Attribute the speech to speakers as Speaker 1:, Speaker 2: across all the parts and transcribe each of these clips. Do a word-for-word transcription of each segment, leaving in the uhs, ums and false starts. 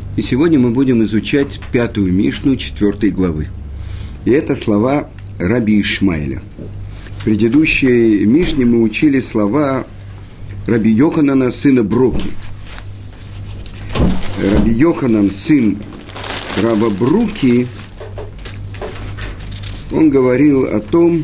Speaker 1: И сегодня мы будем изучать пятую Мишну четвертой главы. И это слова Раби Ишмаэля. В предыдущей Мишне мы учили слова Раби Йоханана, сына Бруки. Раби Йоханан, сын раба Бруки, он говорил о том,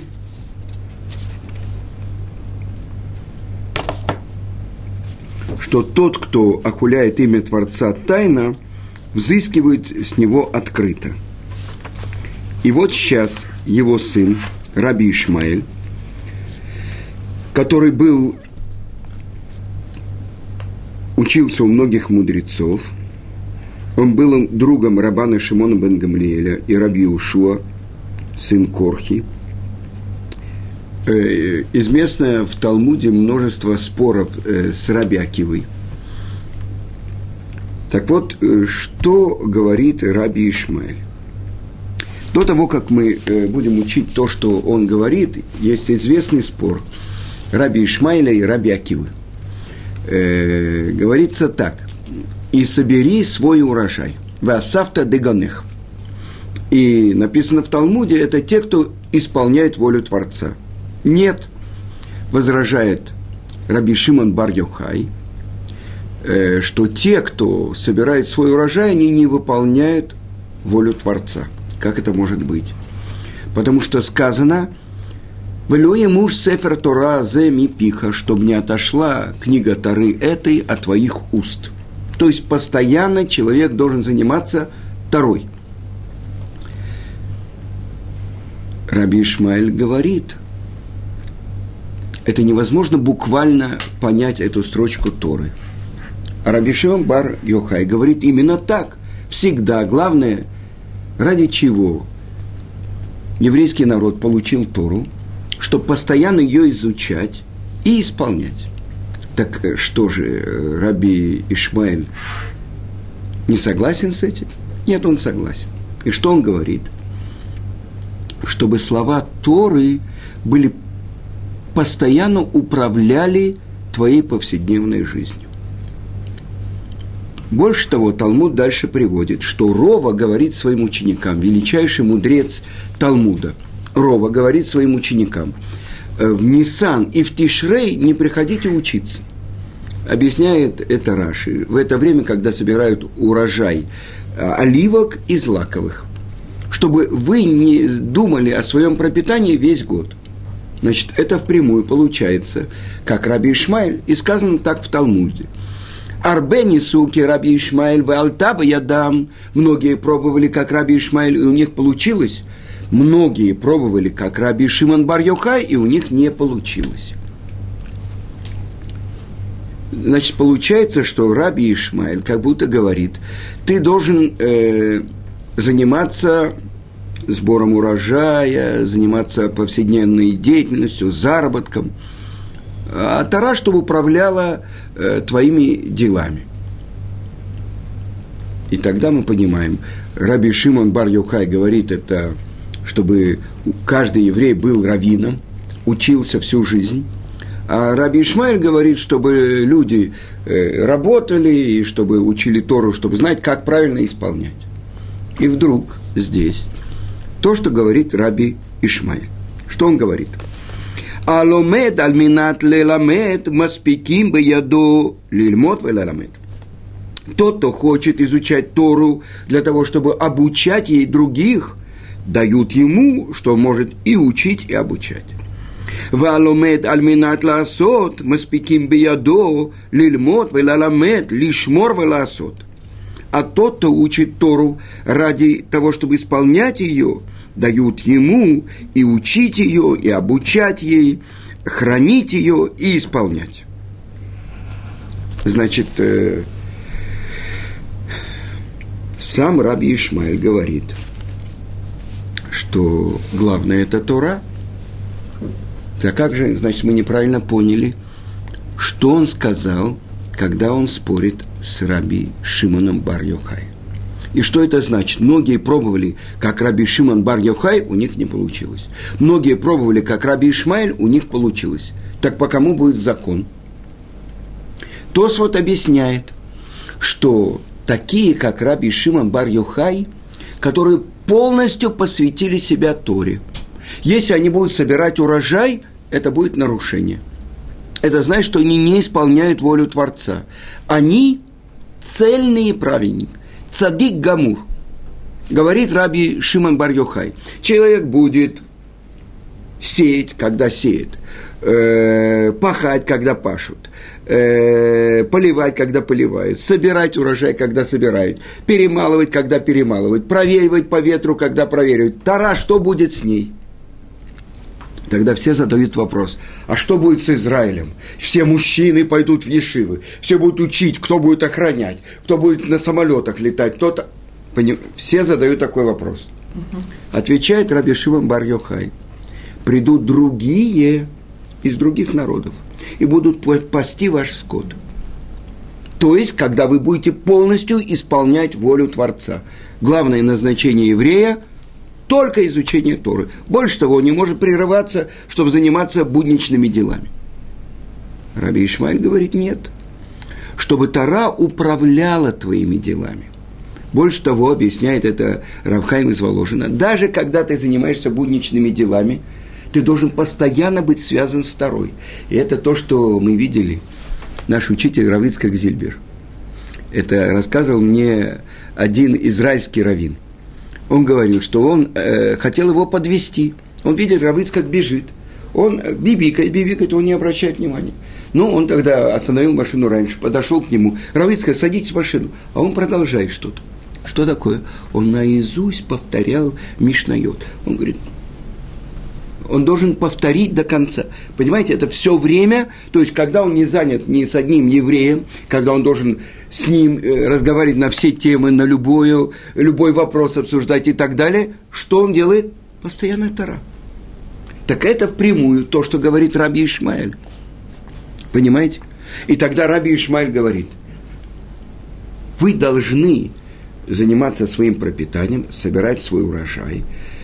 Speaker 1: что тот, кто охуляет имя Творца тайно, взыскивает с него открыто. И вот сейчас его сын, Раби Ишмаэль, который был, учился у многих мудрецов, он был другом Рабана Шимона бен Гамлиэля и Раби Йошуа, сын Корхи. Известно в Талмуде множество споров с Раби Акивой. Так вот, что говорит Раби Ишмаэль? До того, как мы будем учить то, что он говорит, есть известный спор Раби Ишмаэля и Раби Акивы. Э, говорится так: «И собери свой урожай, васафта деганех». И написано в Талмуде, это те, кто исполняет волю Творца. Нет, возражает Раби Шимон бар Йохай, э, что те, кто собирает свой урожай, они не выполняют волю Творца. Как это может быть? Потому что сказано: «Велюе муж сефер Тора зе ми пиха», чтобы не отошла книга Торы этой от твоих уст. То есть постоянно человек должен заниматься Торой. Раби Ишмаэль говорит, это невозможно буквально понять эту строчку Торы. А Раби Шимон бар Йохай говорит именно так. Всегда главное, ради чего еврейский народ получил Тору, чтобы постоянно ее изучать и исполнять. Так что же, Раби Ишмаэль не согласен с этим? Нет, он согласен. И что он говорит? Чтобы слова Торы были постоянно управляли твоей повседневной жизнью. Больше того, Талмуд дальше приводит, что Рова говорит своим ученикам, величайший мудрец Талмуда, Рова говорит своим ученикам: в Нисан и в Тишрей не приходите учиться. Объясняет это Раши. В это время, когда собирают урожай оливок и злаковых, чтобы вы не думали о своем пропитании весь год. Значит, это впрямую получается, как Раби Ишмаэль, и сказано так в Талмуде. Арбени суки Раби Ишмаэль в Алтаба ядам. Многие пробовали, как Раби Ишмаэль, и у них получилось. Многие пробовали, как Раби Шимон бар Йохай, и у них не получилось. Значит, получается, что Раби Ишмаэль как будто говорит: ты должен э, заниматься сбором урожая, заниматься повседневной деятельностью, заработком, а Тора, чтобы управляла э, твоими делами. И тогда мы понимаем, Раби Шимон бар Йохай говорит это, чтобы каждый еврей был раввином, учился всю жизнь. А Раби Ишмаэль говорит, чтобы люди э, работали, и чтобы учили Тору, чтобы знать, как правильно исполнять. И вдруг здесь то, что говорит Раби Ишмаэль. Что он говорит? «Аломед альминат леламед маспиким беяду лильмот велаламед». Тот, кто хочет изучать Тору для того, чтобы обучать ей других, дают ему, что может и учить, и обучать. «Валомед альминат лаасот маспиким беядо лильмот велаламед лишмор велаасот». А тот, кто учит Тору ради того, чтобы исполнять ее, дают ему и учить ее, и обучать ей, хранить ее и исполнять. Значит, э, сам Раби Ишмаэль говорит, что главное – это Тора. А как же, значит, мы неправильно поняли, что он сказал, когда он спорит с Раби Шимоном бар Йохай. И что это значит? Многие пробовали, как Раби Шимон бар Йохай, у них не получилось. Многие пробовали, как Раби Ишмаэль, у них получилось. Так по кому будет закон? Тосфот объясняет, что такие, как Раби Шимон бар Йохай, которые полностью посвятили себя Торе. Если они будут собирать урожай, это будет нарушение. Это значит, что они не исполняют волю Творца. Они цельные праведники. Цадик гамур. Говорит Раби Шимон бар Йохай. Человек будет сеять, когда сеет, э, пахать, когда пашут, э, поливать, когда поливают, собирать урожай, когда собирают, перемалывать, когда перемалывают, проверивать по ветру, когда проверивают. Тора, что будет с ней? Тогда все задают вопрос, а что будет с Израилем? Все мужчины пойдут в ешивы, все будут учить, кто будет охранять, кто будет на самолетах летать, кто-то... Все задают такой вопрос. Uh-huh. Отвечает Раби Шимон бар Йохай. Придут другие из других народов и будут пасти ваш скот. То есть, когда вы будете полностью исполнять волю Творца. Главное назначение еврея – только изучение Торы. Больше того, он не может прерываться, чтобы заниматься будничными делами. Раби Ишмаэль говорит, нет. Чтобы Тора управляла твоими делами. Больше того, объясняет это Рав Хаим из Воложина, даже когда ты занимаешься будничными делами, ты должен постоянно быть связан с Торой. И это то, что мы видели. Наш учитель Рав Ицхак Зильбер. Это рассказывал мне один израильский раввин. Он говорил, что он э, хотел его подвести. Он видит, Рав Ицхак бежит. Он бибикает, бибикает, он не обращает внимания. Но он тогда остановил машину раньше, подошел к нему. Рав Ицхак, садитесь в машину. А он продолжает что-то. Что такое? Он наизусть повторял Мишнайот. Он говорит, он должен повторить до конца. Понимаете, это все время, то есть, когда он не занят ни с одним евреем, когда он должен с ним разговаривать на все темы, на любой, любой вопрос обсуждать и так далее, что он делает? Постоянная Тора. Так это впрямую то, что говорит Раби Ишмаэль. Понимаете? И тогда Раби Ишмаэль говорит, вы должны заниматься своим пропитанием, собирать свой урожай.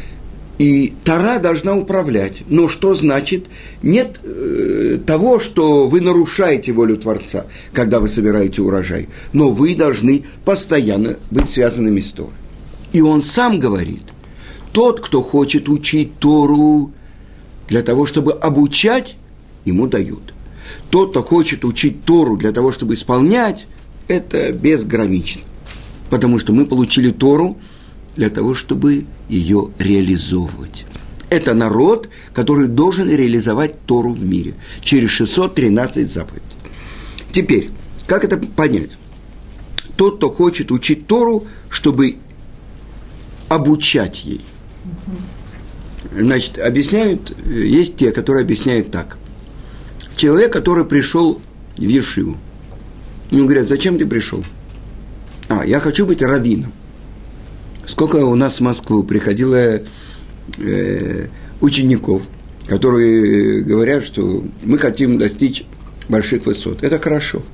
Speaker 1: И Тора должна управлять. Но что значит? Нет э, того, что вы нарушаете волю Творца, когда вы собираете урожай. Но вы должны постоянно быть связанными с Торой. И он сам говорит, тот, кто хочет учить Тору для того, чтобы обучать, ему дают. Тот, кто хочет учить Тору для того, чтобы исполнять, это безгранично. Потому что мы получили Тору для того, чтобы ее реализовывать. Это народ, который должен реализовать Тору в мире через шестьсот тринадцать заповедей. Теперь, как это понять? Тот, кто хочет учить Тору, чтобы обучать ей. Значит, объясняют, есть те, которые объясняют так. Человек, который пришел в ешиву, ему говорят, зачем ты пришел? А, я хочу быть раввином. Сколько у нас в Москву приходило э, учеников, которые говорят, что мы хотим достичь больших высот. Это хорошо.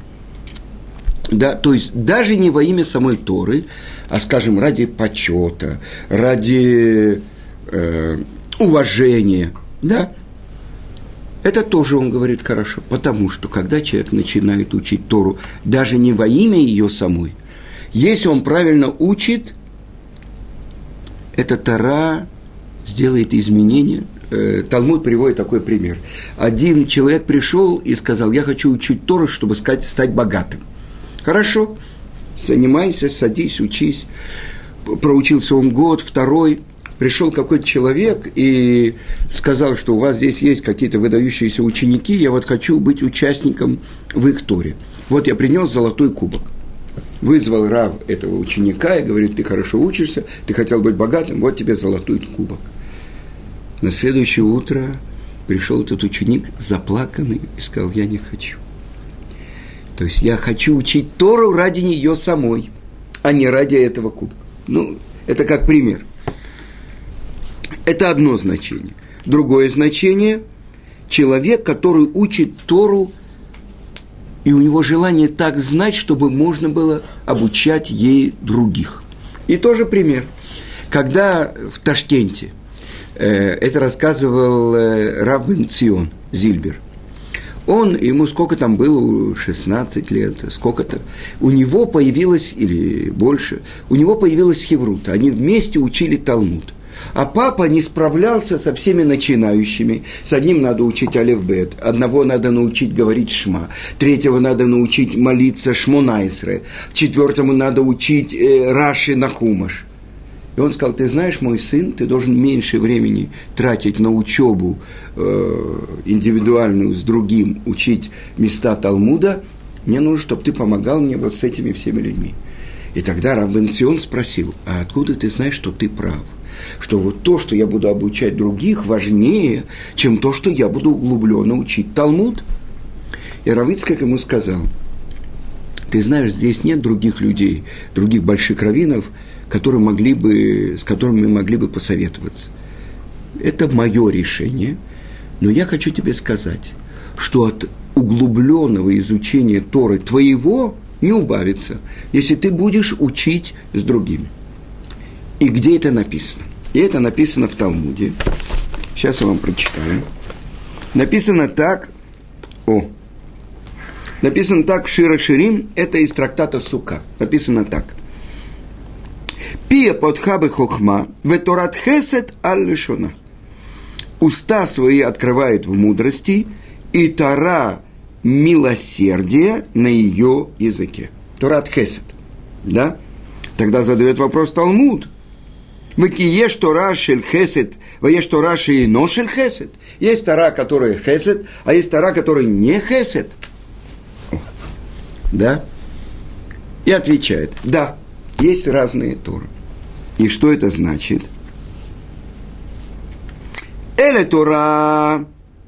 Speaker 1: Да, то есть даже не во имя самой Торы, а, скажем, ради почета, ради э, уважения. Да? Это тоже, он говорит, хорошо. Потому что, когда человек начинает учить Тору, даже не во имя ее самой, если он правильно учит, эта Тора сделает изменения. Талмуд приводит такой пример. Один человек пришел и сказал, я хочу учить Тору, чтобы стать, стать богатым. Хорошо, занимайся, садись, учись. Проучился он год, второй. Пришел какой-то человек и сказал, что у вас здесь есть какие-то выдающиеся ученики, я вот хочу быть участником в их Торе. Вот я принес золотой кубок. Вызвал рав этого ученика и говорит, ты хорошо учишься, ты хотел быть богатым, вот тебе золотой кубок. На следующее утро пришел этот ученик заплаканный и сказал, я не хочу. То есть я хочу учить Тору ради нее самой, а не ради этого кубка. Ну, это как пример. Это одно значение. Другое значение – человек, который учит Тору, и у него желание так знать, чтобы можно было обучать ей других. И тоже пример. Когда в Ташкенте, э, это рассказывал э, Рав бен Цион Зильбер, Он, ему сколько там было, шестнадцать лет, сколько-то, у него появилось, или больше, у него появилась хеврута, они вместе учили Талмуд. А папа не справлялся со всеми начинающими. С одним надо учить алеф-бет, одного надо научить говорить шма, третьего надо научить молиться шмонайсре, четвертому надо учить э, Раши на хумаш. И он сказал: ты знаешь, мой сын, ты должен меньше времени тратить на учебу э, индивидуальную с другим, учить места Талмуда. Мне нужно, чтобы ты помогал мне вот с этими всеми людьми. И тогда Рав бен Цион спросил: а откуда ты знаешь, что ты прав? Что вот то, что я буду обучать других, важнее, чем то, что я буду углубленно учить Талмуд. И Рав Ицхак ему сказал: ты знаешь, здесь нет других людей, других больших раввинов, которые могли бы, с которыми мы могли бы посоветоваться. Это мое решение, но я хочу тебе сказать, что от углубленного изучения Торы твоего не убавится, если ты будешь учить с другими. И где это написано? И это написано в Талмуде. Сейчас я вам прочитаю. Написано так. О. Написано так в Шира Ширим. Это из трактата Сука. Написано так. Пия подхабы хохма, веторат хесед аль-лишона. Уста свои открывает в мудрости, и Тора милосердия на ее языке. Торат хесед. Да? Тогда задает вопрос Талмуд. Векиеш Тора шель хесед, вееш Тора шейно шель хесед. Есть Тора, которая хесед, а есть Тора, которая не хесед. Да? И отвечает: да, есть разные Торы. И что это значит? Эле Тора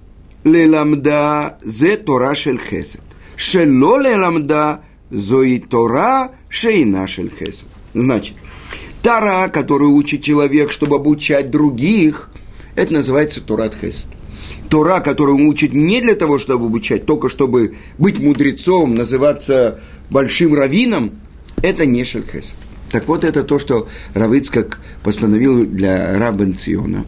Speaker 1: леламда зе Тора шель хесед. Шело леламда зои Тора шейна шель хесед. Значит, Тора, которую учит человек, чтобы обучать других, это называется Торат хесед. Тора, которую он учит не для того, чтобы обучать, только чтобы быть мудрецом, называться большим раввином, это не шель хесед. Так вот, это то, что Рав Ицхак постановил для Рав бен Циона.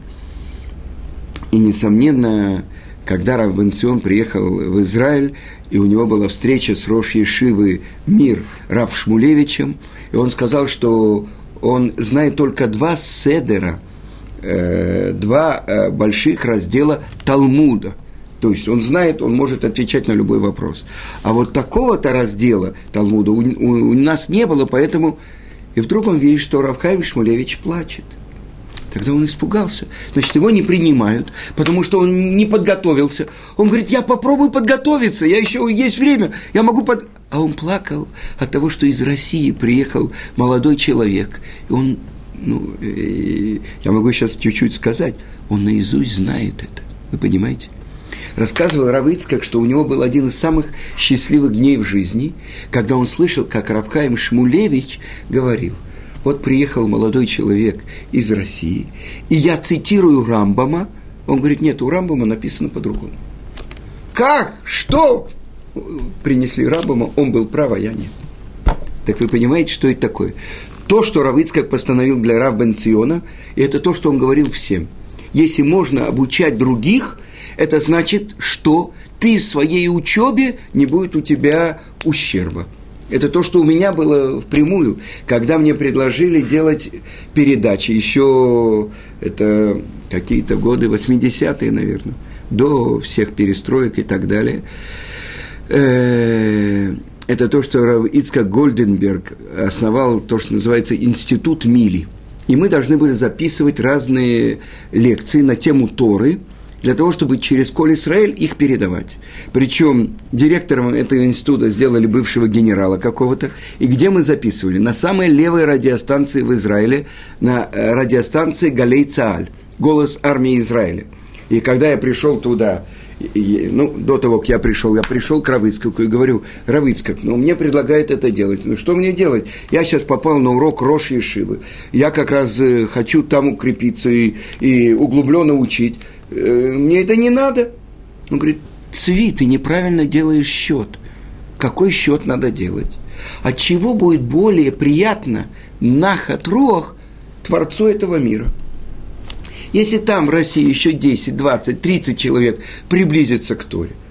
Speaker 1: И, несомненно, когда Рав бен Цион приехал в Израиль, и у него была встреча с рош ешивы Мир Рав Шмулевичем, и он сказал, что он знает только два седера, э, два э, больших раздела Талмуда. То есть он знает, он может отвечать на любой вопрос. А вот такого-то раздела Талмуда у, у, у нас не было, поэтому... И вдруг он видит, что Рав Хаим Шмулевич плачет. Тогда он испугался. Значит, его не принимают, потому что он не подготовился. Он говорит: я попробую подготовиться, я еще есть время, я могу под... А он плакал от того, что из России приехал молодой человек. И он, ну, я могу сейчас чуть-чуть сказать, он наизусть знает это. Вы понимаете? Рассказывал Рав Ицхак, что у него был один из самых счастливых дней в жизни, когда он слышал, как Рав Хаим Шмулевич говорил: вот приехал молодой человек из России, и я цитирую Рамбама. Он говорит: нет, у Рамбама написано по-другому. Как? Что? Принесли Рамбама, он был прав, а я нет. Так вы понимаете, что это такое? То, что Рав Ицхак постановил для Рав бен Циона, и это то, что он говорил всем. Если можно обучать других, это значит, что ты в своей учебе не будет у тебя ущерба. Это то, что у меня было впрямую, когда мне предложили делать передачи. Еще это какие-то годы, восьмидесятые, наверное, до всех перестроек и так далее. Это то, что Рав Ицхак Гольденберг основал то, что называется Институт Мили. И мы должны были записывать разные лекции на тему Торы, для того, чтобы через Коль Исраэль их передавать. Причем директором этого института сделали бывшего генерала какого-то. И где мы записывали? На самой левой радиостанции в Израиле, на радиостанции Галей Цааль, голос армии Израиля. И когда я пришел туда, и, ну, до того, как я пришел, я пришел к Рав Ицхаку и говорю: Рав Ицхак, ну, мне предлагают это делать. Ну, что мне делать? Я сейчас попал на урок рош ешивы. Я как раз э, хочу там укрепиться и, и углубленно учить. Э, мне это не надо. Он говорит: Цви, ты неправильно делаешь счет. Какой счет надо делать? От чего будет более приятно нахат руах Творцу этого мира? Если там в России еще десять, двадцать, тридцать человек приблизятся к Торе,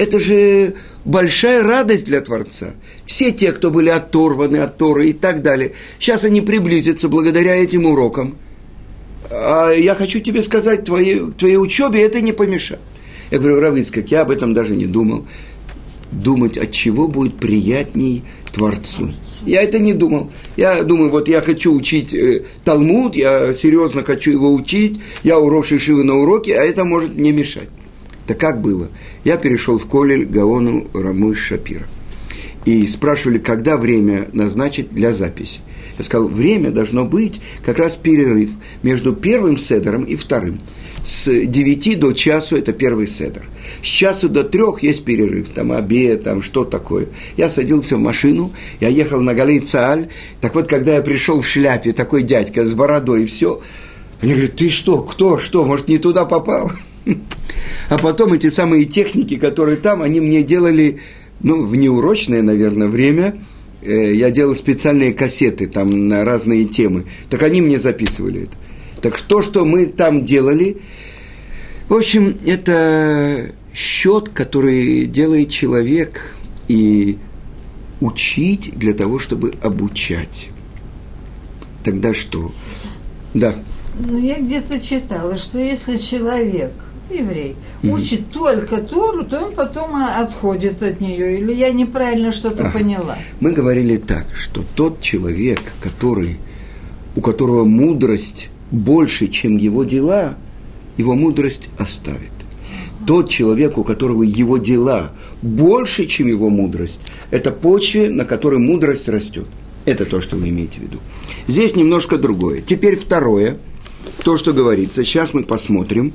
Speaker 1: Это же большая радость для Творца. Все те, кто были оторваны от Торы и так далее, сейчас они приблизятся благодаря этим урокам. А я хочу тебе сказать, твоей, твоей учебе это не помешает. Я говорю, Рав Ицхак, я об этом даже не думал. Думать, от чего будет приятней Творцу. Я это не думал. Я думаю, вот я хочу учить э, Талмуд, я серьезно хочу его учить, я у Рош Ешивы на уроке, а это может мне мешать. Так как было? Я перешел в Колель Гаону Рамы Шапира. И спрашивали, когда время назначить для записи. Я сказал, время должно быть как раз перерыв между первым седером и вторым. С девяти до часу это первый седер. С часу до трех есть перерыв, там обед, там что такое. Я садился в машину, я ехал на Галей Цааль. Так вот, когда я пришел в шляпе, такой дядька с бородой и все, они говорят, ты что, кто, что, может, не туда попал? А потом эти самые техники, которые там, они мне делали, ну, в неурочное, наверное, время. Я делал специальные кассеты там на разные темы. Так они мне записывали это. Так то, что мы там делали, в общем, это счет, который делает человек, и учить для того, чтобы обучать. Тогда что? Да.
Speaker 2: Ну, я где-то читала, что если человек, еврей, mm-hmm. учит только Тору, то он потом отходит от нее. Или я неправильно что-то ага. поняла?
Speaker 1: Мы говорили так, что тот человек, который, у которого мудрость больше, чем его дела, его мудрость оставит. Тот человек, у которого его дела больше, чем его мудрость, это почва, на которой мудрость растет. Это то, что вы имеете в виду. Здесь немножко другое. Теперь второе, то, что говорится. Сейчас мы посмотрим,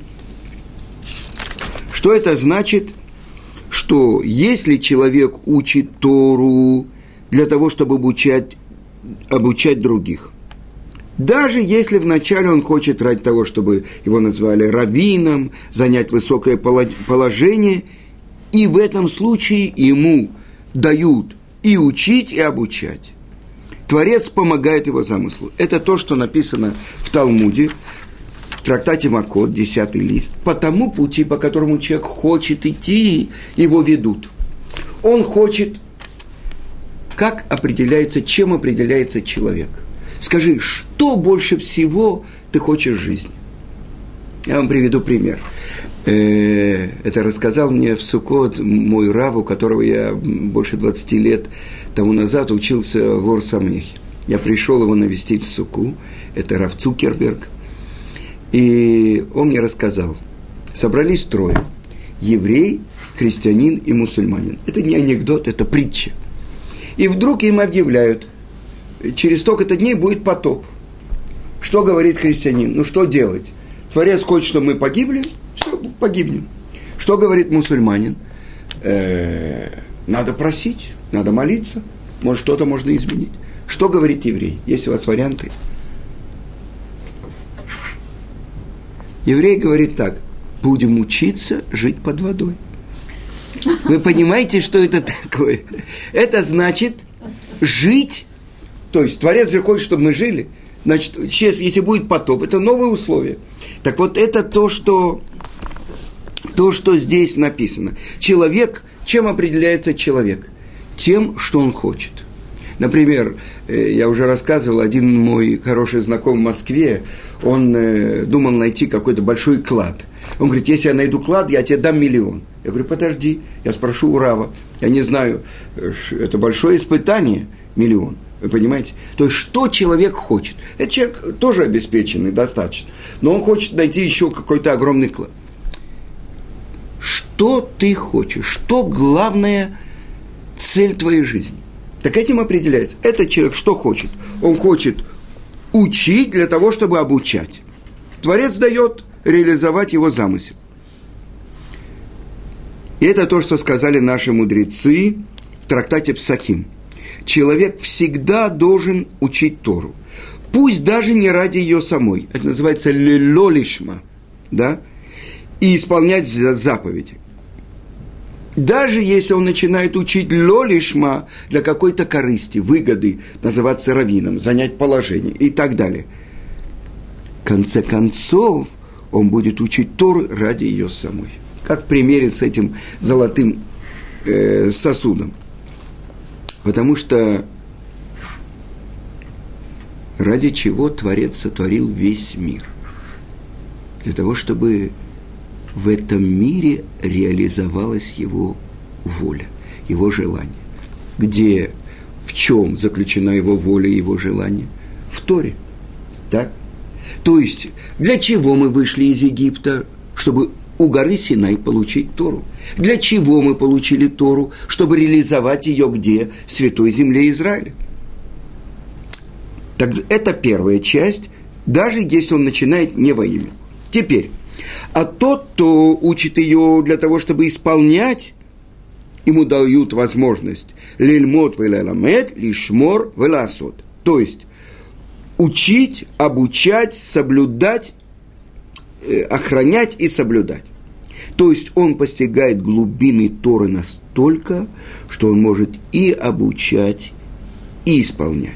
Speaker 1: что это значит, что если человек учит Тору для того, чтобы обучать, обучать других, даже если вначале он хочет ради того, чтобы его назвали раввином, занять высокое положение, и в этом случае ему дают и учить, и обучать. Творец помогает его замыслу. Это то, что написано в Талмуде, в трактате Макот, десятый лист. По тому пути, по которому человек хочет идти, его ведут. Он хочет, как определяется, чем определяется человек. Скажи, что больше всего ты хочешь в жизни? Я вам приведу пример. Это рассказал мне в Суккот мой рав, у которого я больше двадцати лет тому назад учился в Ор-Самехе. Я пришел его навестить в Суку, это рав Цукерберг, и он мне рассказал, собрались трое, еврей, христианин и мусульманин. Это не анекдот, это притча. И вдруг им объявляют, через столько-то дней будет потоп. Что говорит христианин? Ну, что делать? Творец хочет, чтобы мы погибли, все, погибнем. Что говорит мусульманин? Э-э, надо просить, надо молиться, может, что-то можно изменить. Что говорит еврей? Есть у вас варианты? Еврей говорит так, будем учиться жить под водой. Вы понимаете, что это такое? Это значит жить. То есть Творец же хочет, чтобы мы жили. Значит, сейчас, если будет потоп, это новые условия. Так вот, это то, что, то, что здесь написано. Человек, чем определяется человек? Тем, что он хочет. Например, я уже рассказывал, один мой хороший знакомый в Москве, он думал найти какой-то большой клад. Он говорит, если я найду клад, я тебе дам миллион. Я говорю, подожди, я спрошу у Рава. Я не знаю, это большое испытание, миллион. Вы понимаете? То есть, что человек хочет? Этот человек тоже обеспеченный, достаточно. Но он хочет найти еще какой-то огромный клад. Что ты хочешь? Что главная цель твоей жизни? Так этим определяется. Этот человек что хочет? Он хочет учить для того, чтобы обучать. Творец дает реализовать его замысел. И это то, что сказали наши мудрецы в трактате Псахим. Человек всегда должен учить Тору. Пусть даже не ради ее самой. Это называется лелолишма. Да? И исполнять заповеди. Даже если он начинает учить лолишма для какой-то корысти, выгоды, называться раввином, занять положение и так далее. В конце концов, он будет учить Тору ради ее самой. Как в примере с этим золотым э, сосудом. Потому что ради чего Творец сотворил весь мир? Для того, чтобы в этом мире реализовалась его воля, его желание. Где, в чем заключена его воля и его желание? В Торе. Так? То есть, для чего мы вышли из Египта? Чтобы у горы Синай получить Тору. Для чего мы получили Тору? Чтобы реализовать ее где? В святой земле Израиля. Так это первая часть, даже если он начинает не во имя. Теперь, а тот, кто учит ее для того, чтобы исполнять, ему дают возможность лильмот велеламед, лишмор веласот. То есть, учить, обучать, соблюдать, охранять и соблюдать. То есть, он постигает глубины Торы настолько, что он может и обучать, и исполнять.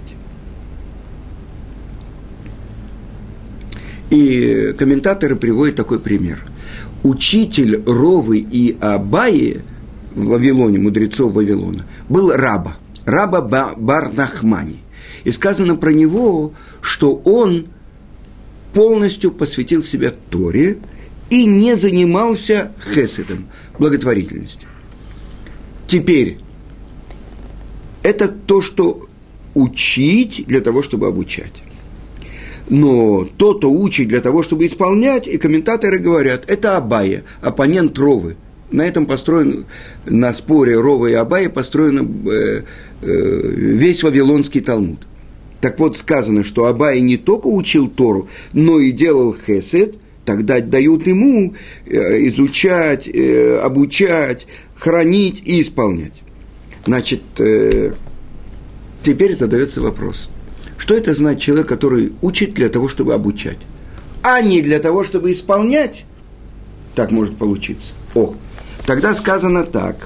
Speaker 1: И комментаторы приводят такой пример. Учитель Ровы и Абаи в Вавилоне, мудрецов Вавилона, был Раба, Раба бар Нахмани. И сказано про него, что он полностью посвятил себя Торе и не занимался хеседом, благотворительностью. Теперь, это то, что учить для того, чтобы обучать. Но тот, кто учит для того, чтобы исполнять, и комментаторы говорят, это Абая, оппонент Ровы. На этом построен, на споре Ровы и Абая построен э, э, весь Вавилонский Талмуд. Так вот, сказано, что Абая не только учил Тору, но и делал хесед, тогда дают ему э, изучать, э, обучать, хранить и исполнять. Значит, э, теперь задается вопрос. Что это значит человек, который учит для того, чтобы обучать, а не для того, чтобы исполнять? Так может получиться. О, тогда сказано так.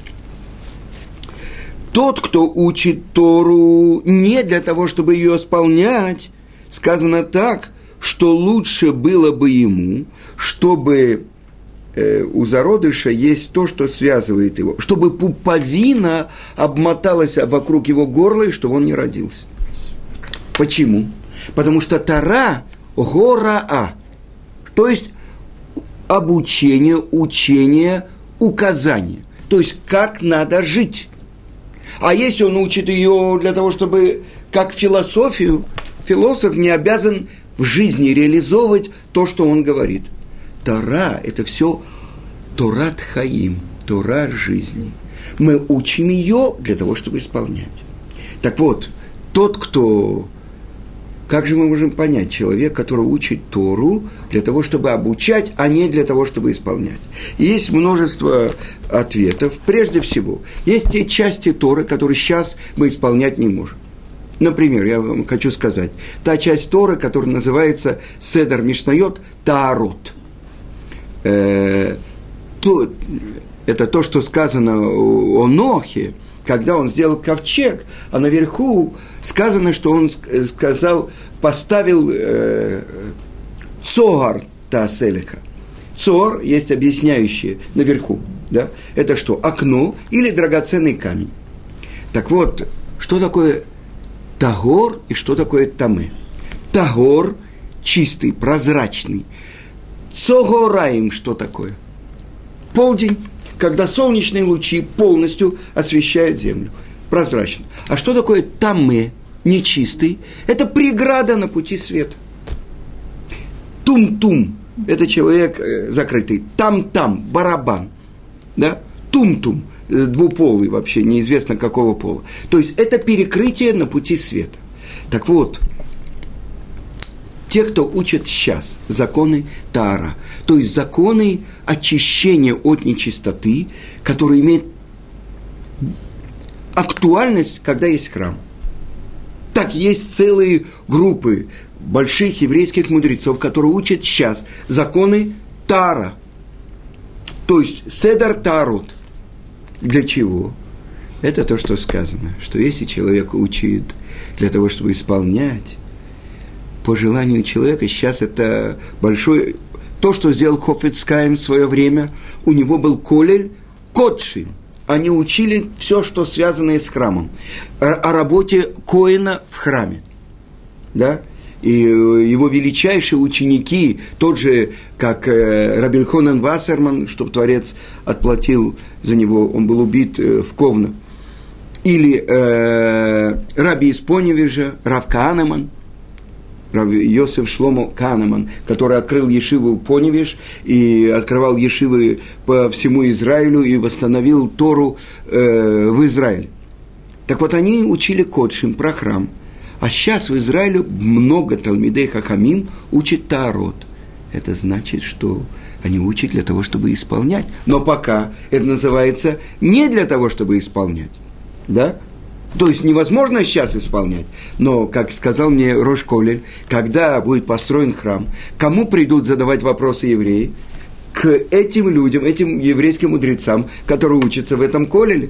Speaker 1: Тот, кто учит Тору не для того, чтобы ее исполнять, сказано так, что лучше было бы ему, чтобы э, у зародыша есть то, что связывает его, чтобы пуповина обмоталась вокруг его горла, и чтобы он не родился. Почему? Потому что Тора – гора-а, то есть обучение, учение, указание, то есть как надо жить. А если он учит ее для того, чтобы, как философию, философ не обязан в жизни реализовывать то, что он говорит. Тора – это все Торат Хаим, Тора жизни. Мы учим ее для того, чтобы исполнять. Так вот, тот, кто... Как же мы можем понять человека, который учит Тору для того, чтобы обучать, а не для того, чтобы исполнять? И есть множество ответов. Прежде всего, есть те части Торы, которые сейчас мы исполнять не можем. Например, я вам хочу сказать, та часть Торы, которая называется Седер Мишнайот Таарот. Э, то, это то, что сказано о Нохе, когда он сделал ковчег, а наверху сказано, что он сказал, поставил э, цогар тааселеха. Цор есть объясняющие наверху. Да? Это что? Окно или драгоценный камень. Так вот, что такое тагор и что такое тамэ? Тагор чистый, прозрачный. Цогораим что такое? Полдень. Когда солнечные лучи полностью освещают землю. Прозрачно. А что такое тамэ, нечистый? Это преграда на пути света. Тум-тум – это человек э, закрытый. Там-там – барабан. Да? Тум-тум – двуполый вообще, неизвестно какого пола. То есть, это перекрытие на пути света. Так вот, те, кто учат сейчас законы Таара, то есть законы очищения от нечистоты, которые имеют актуальность, когда есть храм. Так, есть целые группы больших еврейских мудрецов, которые учат сейчас законы Таара, то есть Седер Таарот. Для чего? Это то, что сказано, что если человек учит для того, чтобы исполнять, по желанию человека, сейчас это большое... То, что сделал Хофец Хаим в свое время, у него был колель кодшим. они учили все, что связано с храмом, о работе коэна в храме, да, и его величайшие ученики, тот же, как Раби Эльхонан Вассерман, чтобы Творец отплатил за него, он был убит в Ковно, или э, Раби из Поневежа, Рав Каанеман, Рав Йосеф Шломо Каанеман, который открыл ешиву Поневеж и открывал ешивы по всему Израилю и восстановил Тору э, в Израиле. Так вот, они учили Кодшим про храм. А сейчас в Израиле много Талмидей Хахамим учат Таарот. Это значит, что они учат для того, чтобы исполнять. Но пока это называется не для того, чтобы исполнять. Да? То есть невозможно сейчас исполнять. Но, как сказал мне Рош Колель, когда будет построен храм, кому придут задавать вопросы евреи? К этим людям, этим еврейским мудрецам, которые учатся в этом колеле.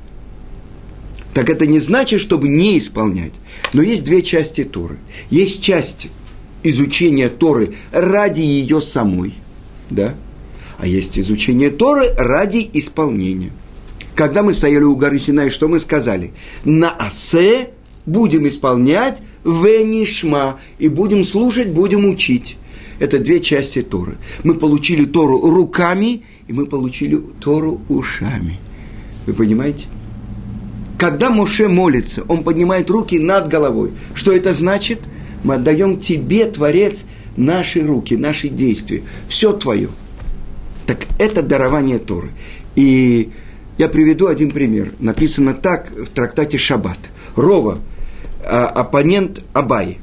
Speaker 1: Так это не значит, чтобы не исполнять. Но есть две части Торы. Есть часть изучения Торы ради ее самой, да? А есть изучение Торы ради исполнения. Когда мы стояли у горы Синай, что мы сказали? На асе будем исполнять венишма, и будем слушать, будем учить. Это две части Торы. Мы получили Тору руками, и мы получили Тору ушами. Вы понимаете? Когда Моше молится, он поднимает руки над головой. Что это значит? Мы отдаем тебе, Творец, наши руки, наши действия. Все твое. Так это дарование Торы. И я приведу один пример. Написано так в трактате Шаббат. Рова, оппонент Абаи.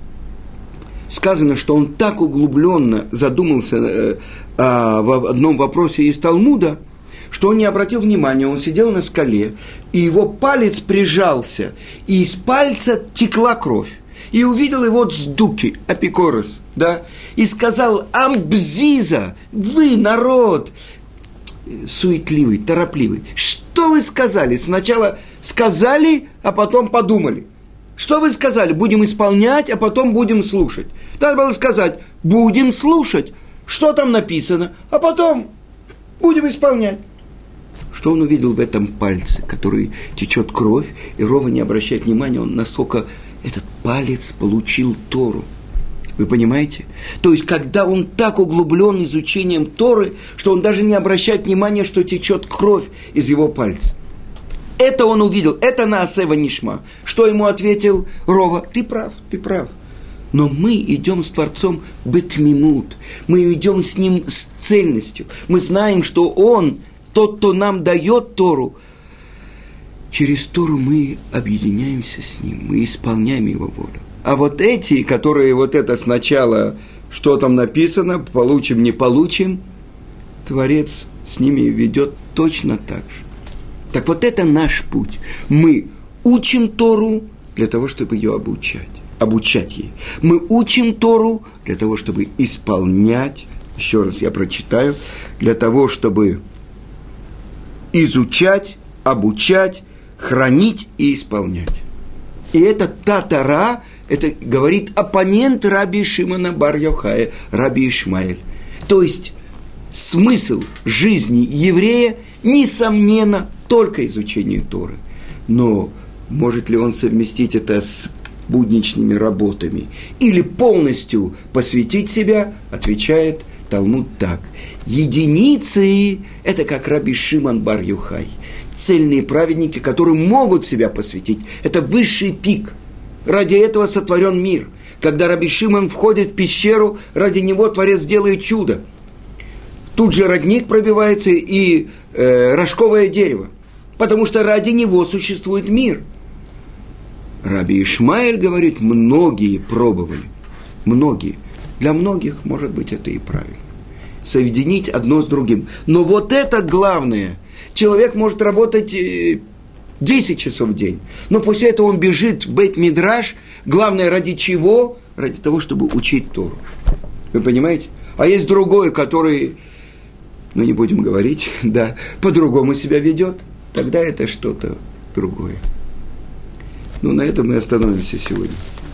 Speaker 1: Сказано, что он так углубленно задумался в одном вопросе из Талмуда, что он не обратил внимания, он сидел на скале, и его палец прижался, и из пальца текла кровь. И увидел его цдуки, апикорос, да, и сказал: «Амбзиза, вы, народ, суетливый, торопливый, что вы сказали? Сначала сказали, а потом подумали. Что вы сказали? Будем исполнять, а потом будем слушать. Надо было сказать: будем слушать, что там написано, а потом будем исполнять». Что он увидел в этом пальце, который течет кровь, и Рова не обращает внимания, он настолько, этот палец получил Тору. Вы понимаете? То есть, когда он так углублен изучением Торы, что он даже не обращает внимания, что течет кровь из его пальца. Это он увидел, это наасе венишма. Что ему ответил Рова? Ты прав, ты прав. Но мы идем с Творцом бетмимут, мы идем с Ним с цельностью. Мы знаем, что Он, тот, кто нам дает Тору, через Тору мы объединяемся с Ним, мы исполняем Его волю. А вот эти, которые вот это сначала, что там написано, получим, не получим, Творец с ними ведет точно так же. Так вот это наш путь. Мы учим Тору для того, чтобы ее обучать. обучать ей. Мы учим Тору для того, чтобы исполнять, еще раз я прочитаю, для того, чтобы изучать, обучать, хранить и исполнять. И это та Тора, это говорит оппонент Раби Шимона бар Йохая, Раби Ишмаэль. То есть смысл жизни еврея, несомненно, только изучение Торы. Но может ли он совместить это с будничными работами или полностью посвятить себя, отвечает Талмуд так. Единицы – это как Раби Шимон бар Йохай, цельные праведники, которые могут себя посвятить. Это высший пик. Ради этого сотворен мир. Когда Раби Шимон входит в пещеру, ради него Творец делает чудо. Тут же родник пробивается и э, рожковое дерево, потому что ради него существует мир. Раби Ишмаэль говорит, многие пробовали, многие. Для многих, может быть, это и правильно. Соединить одно с другим. Но вот это главное. Человек может работать десять часов в день, но после этого он бежит в Бейт-Мидраш. Главное, ради чего? Ради того, чтобы учить Тору. Вы понимаете? А есть другой, который, ну не будем говорить, да, по-другому себя ведет. Тогда это что-то другое. Ну, на этом мы остановимся сегодня.